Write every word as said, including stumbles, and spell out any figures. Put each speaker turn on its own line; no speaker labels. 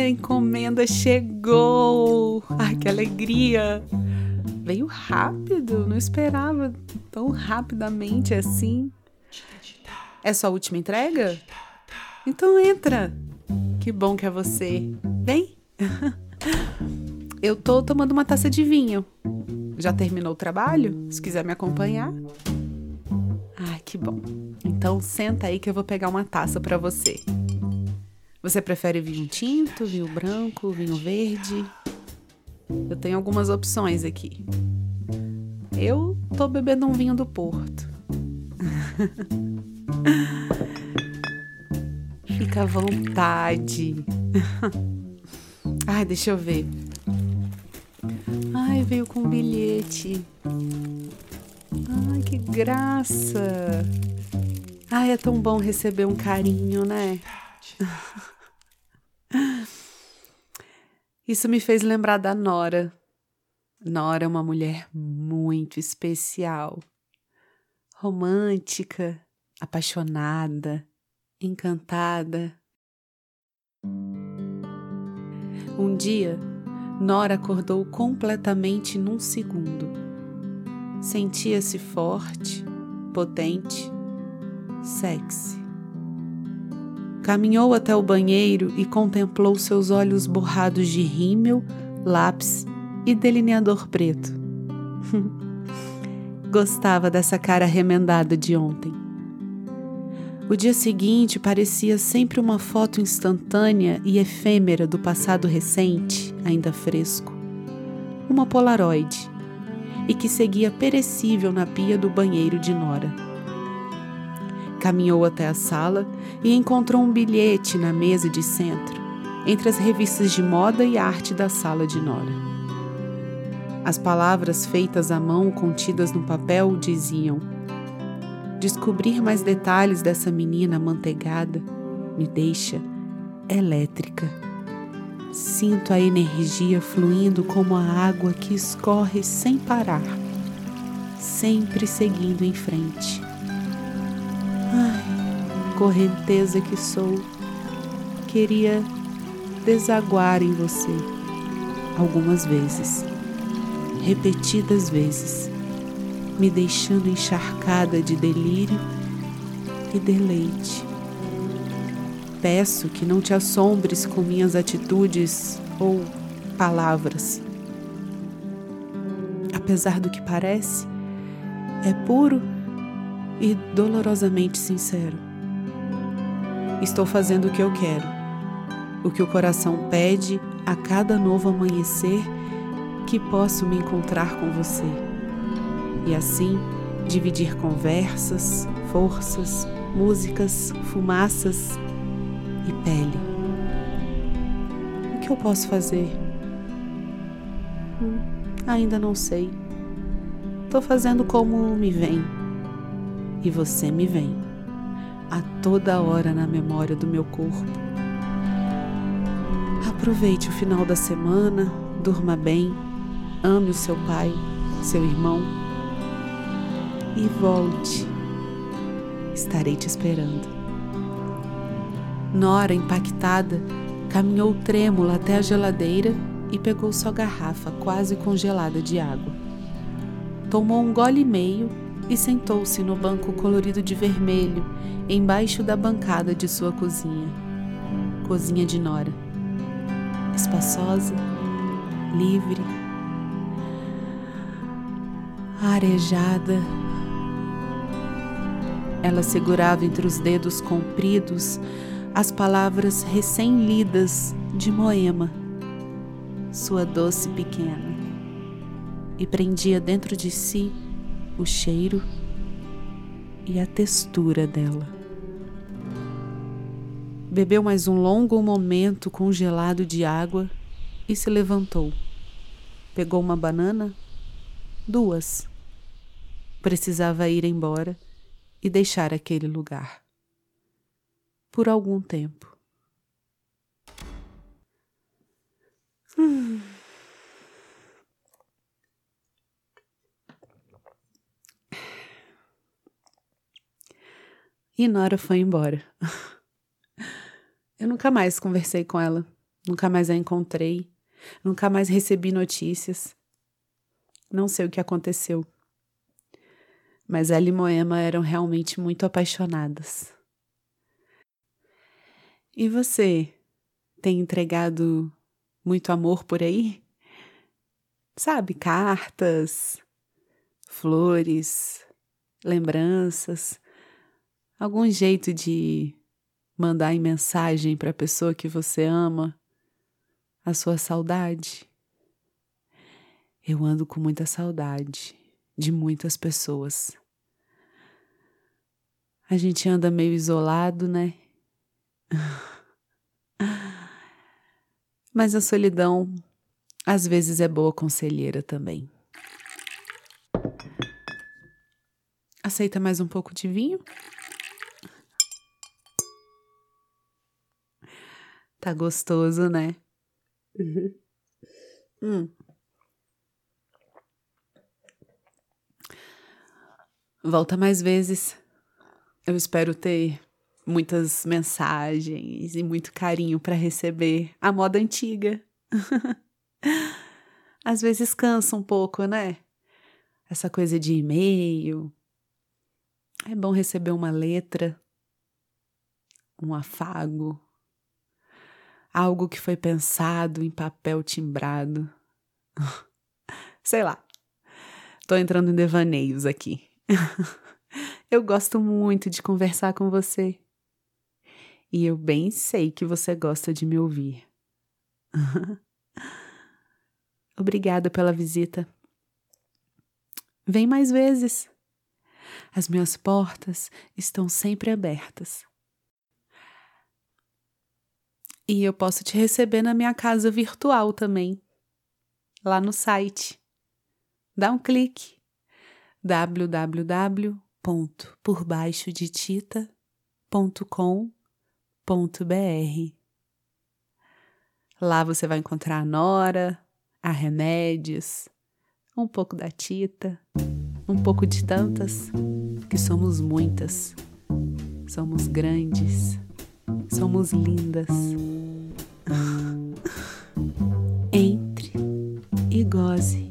a encomenda chegou! Ai, que alegria! Veio rápido, não esperava tão rapidamente assim. É sua última entrega? Então entra! Que bom que é você. Vem! Eu tô tomando uma taça de vinho. Já terminou o trabalho? Se quiser me acompanhar. Ai, que bom. Então senta aí que eu vou pegar uma taça pra você. Você prefere vinho tinto, vinho branco, vinho verde? Eu tenho algumas opções aqui. Eu tô bebendo um vinho do Porto. Fica à vontade. Ai, deixa eu ver. Ai, veio com um bilhete. Ai, que graça. Ai, é tão bom receber um carinho, né? Isso me fez lembrar da Nora. Nora é uma mulher muito especial. Romântica, apaixonada, encantada. Um dia, Nora acordou completamente num segundo. Sentia-se forte, potente, sexy. Caminhou até o banheiro e contemplou seus olhos borrados de rímel, lápis e delineador preto. Gostava dessa cara remendada de ontem. O dia seguinte parecia sempre uma foto instantânea e efêmera do passado recente, ainda fresco. Uma polaroid, e que seguia perecível na pia do banheiro de Nora. Caminhou até a sala e encontrou um bilhete na mesa de centro, entre as revistas de moda e arte da sala de Nora. As palavras feitas à mão contidas no papel diziam: descobrir mais detalhes dessa menina amanteigada me deixa elétrica. Sinto a energia fluindo como a água que escorre sem parar, sempre seguindo em frente. Ai, correnteza que sou, queria desaguar em você algumas vezes, repetidas vezes, me deixando encharcada de delírio e deleite. Peço que não te assombres com minhas atitudes ou palavras. Apesar do que parece, é puro e dolorosamente sincero. Estou fazendo o que eu quero, o que o coração pede a cada novo amanhecer que posso me encontrar com você. E assim, dividir conversas, forças, músicas, fumaças e pele. O que eu posso fazer? Hum, ainda não sei. Tô fazendo como me vem. E você me vem, a toda hora na memória do meu corpo. Aproveite o final da semana, durma bem, ame o seu pai, seu irmão e volte. Estarei te esperando. Nora, impactada, caminhou trêmula até a geladeira e pegou sua garrafa quase congelada de água. Tomou um gole e meio e sentou-se no banco colorido de vermelho, embaixo da bancada de sua cozinha. Cozinha de Nora. Espaçosa, livre, arejada. Ela segurava entre os dedos compridos as palavras recém-lidas de Moema, sua doce pequena, e prendia dentro de si o cheiro e a textura dela. Bebeu mais um longo momento congelado de água e se levantou. Pegou uma banana, duas. Precisava ir embora e deixar aquele lugar. Por algum tempo. Hum. E Nora foi embora. Eu nunca mais conversei com ela, Nunca mais a encontrei. Nunca mais recebi notícias. Não sei o que aconteceu. Mas ela e Moema eram realmente muito apaixonadas. E você tem entregado muito amor por aí? Sabe, cartas, flores, lembranças, algum jeito de mandar em mensagem para a pessoa que você ama a sua saudade? Eu ando com muita saudade de muitas pessoas. A gente anda meio isolado, né? Mas a solidão às vezes é boa conselheira também. Aceita mais um pouco de vinho? Tá gostoso, né? Uhum. Hum. Volta mais vezes. Eu espero ter muitas mensagens e muito carinho para receber. A moda antiga. Às vezes cansa um pouco, né? Essa coisa de e-mail. É bom receber uma letra, um afago, algo que foi pensado em papel timbrado. Sei lá, tô entrando em devaneios aqui. Eu gosto muito de conversar com você. E eu bem sei que você gosta de me ouvir. Obrigada pela visita. Vem mais vezes. As minhas portas estão sempre abertas. E eu posso te receber na minha casa virtual também, lá no site. Dá um clique. w w w ponto por baixo de tita ponto com ponto b r. Lá você vai encontrar a Nora, a Remédios, um pouco da Tita, um pouco de tantas, que somos muitas. Somos grandes, somos lindas. Entre e goze.